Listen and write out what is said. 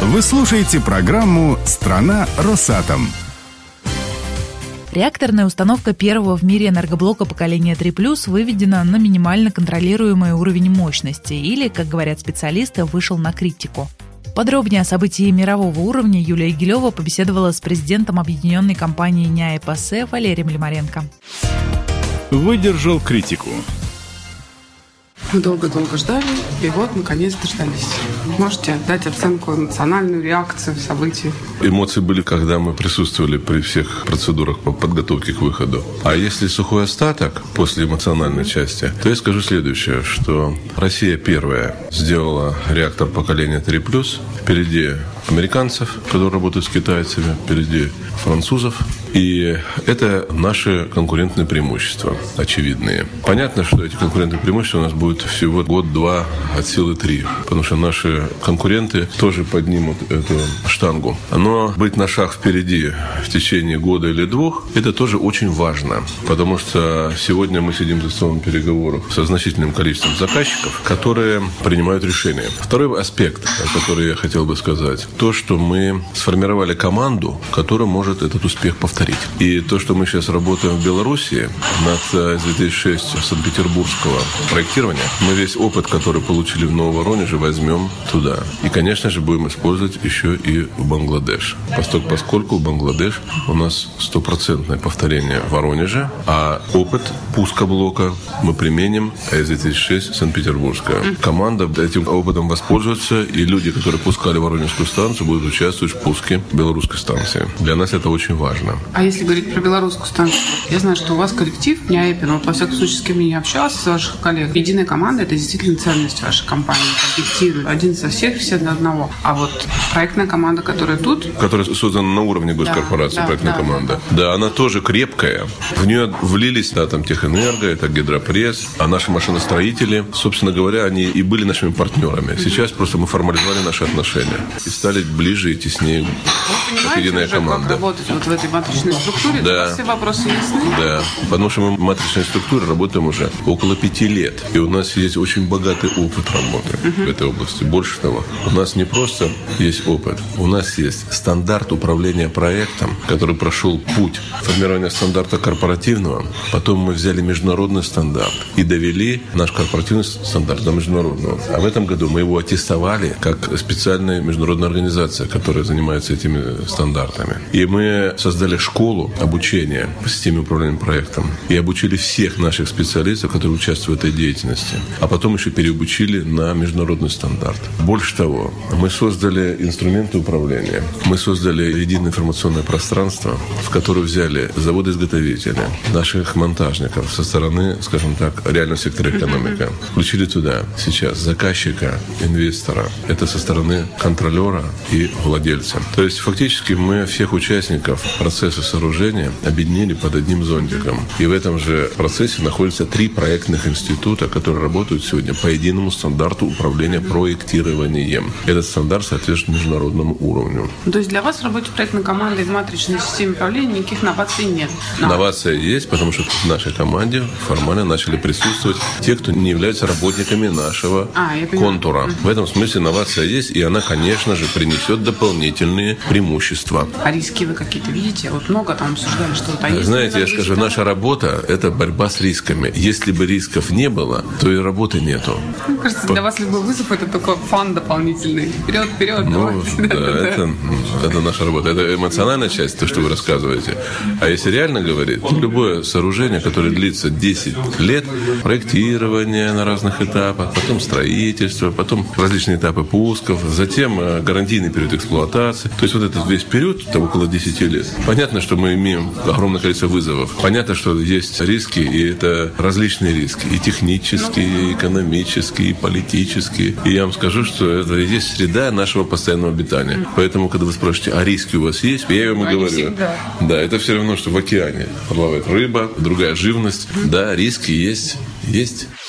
Вы слушаете программу «Страна Росатом». Реакторная установка первого в мире энергоблока поколения 3+, выведена на минимально контролируемый уровень мощности или, как говорят специалисты, вышел на критику. Подробнее о событии мирового уровня Юлия Гилева побеседовала с президентом объединенной компании НЯЭ ПАСЭ Валерием Лимаренко. Выдержал критику. Мы долго-долго ждали, и вот, наконец, дождались. Можете дать оценку, национальную реакцию, событий? Эмоции были, когда мы присутствовали при всех процедурах по подготовке к выходу. А если сухой остаток после эмоциональной части, то я скажу следующее, что Россия первая сделала реактор поколения 3+, впереди американцев, которые работают с китайцами, впереди французов. И это наши конкурентные преимущества, очевидные. Понятно, что эти конкурентные преимущества у нас будет всего год-два, от силы 3. Потому что наши конкуренты тоже поднимут эту штангу. Но быть на шаг впереди в течение года или двух, это тоже очень важно. Потому что сегодня мы сидим за столом переговоров со значительным количеством заказчиков, которые принимают решения. Второй аспект, который я хотел бы сказать, то, что мы сформировали команду, которая может этот успех повторить. И то, что мы сейчас работаем в Беларуси над 2006 Санкт-Петербургского проектирования, мы весь опыт, который получили в Нововоронеже, возьмем туда. И, конечно же, будем использовать еще и в Бангладеш. Поскольку в Бангладеш у нас 100% повторение в Воронеже, а опыт пуска блока мы применим АЭС-2006 Санкт-Петербургская. Команда этим опытом воспользуется, и люди, которые пускали Воронежскую станцию, будут участвовать в пуске белорусской станции. Для нас это очень важно. А если говорить про белорусскую станцию, я знаю, что у вас коллектив в НЯЭПе, но вот, во всяком случае, с кем я не общалась, с ваших коллег, единая команда – это действительно ценность вашей компании. Коллектив один со всех, все до одного. А вот проектная команда, которая тут… Которая создана на уровне госкорпорации, проектная команда. Да, она тоже крепкая. В нее влились, там Техэнерго, это Гидропресс, а наши машиностроители, собственно говоря, они и были нашими партнерами. Сейчас просто мы формализовали наши отношения и стали ближе и теснее, как единая команда. Как работать вот в этой матричной структуре? Да. У вас все вопросы ясны? Да, потому что мы в матричной структуре работаем уже около 5 лет. И у нас есть очень богатый опыт работы в этой области. Больше того, у нас не просто есть опыт, у нас есть стандарт управления проектом, который прошел путь формирования стандарта корпоративного. Потом мы взяли международный стандарт и довели наш корпоративный стандарт до международного. А в этом году мы его аттестовали как специальная международная организация, которая занимается этими стандартами. И мы создали школу обучения по системе управления проектом и обучили всех наших специалистов, которые участвуют в этой деятельности. А потом еще переобучили на международный стандарт. Больше того, мы создали инструменты управления. Мы создали единое информационное пространство, в которое взяли заводы-изготовителя, наших монтажников со стороны, скажем так, реального сектора экономики. Включили туда сейчас заказчика, инвестора. Это со стороны контролера и владельца. То есть фактически мы всех участников процесса сооружения объединили под одним зонтиком. И в этом же процессе находятся 3 проектных института, которые работают сегодня по единому стандарту управления проектированием. Этот стандарт соответствует международному уровню. То есть для вас в работе проектной команды в матричной системе управления никаких новаций нет? Новация есть, потому что в нашей команде формально начали присутствовать те, кто не являются работниками нашего контура. В этом смысле новация есть, и она, конечно же, принесет дополнительные преимущества. А риски вы какие-то видите? Вот много там обсуждали, что вот они... Знаете, я скажу, наша работа – это борьба с рисками. Если бы рисков не было, то и работы нету. Мне кажется, для вас любой вызов – это только фан дополнительный. Вперед, это наша работа. Это эмоциональная часть, то, что вы рассказываете. А если реально говорить, любое сооружение, которое длится 10 лет, проектирование на разных этапах, потом строительство, потом различные этапы пусков, затем гарантийный период эксплуатации. То есть вот этот весь период, это около 10 лет. Понятно, что мы имеем огромное количество вызовов. Понятно, что есть риски, и это различные риски. И технические, и экономические, и политические. И я вам скажу, что это и есть среда нашего постоянного обитания. Поэтому, когда вы спрашиваете, а риски у вас есть, я вам и говорю. Да, это все равно, что в океане плавает рыба, другая живность. Да, риски есть.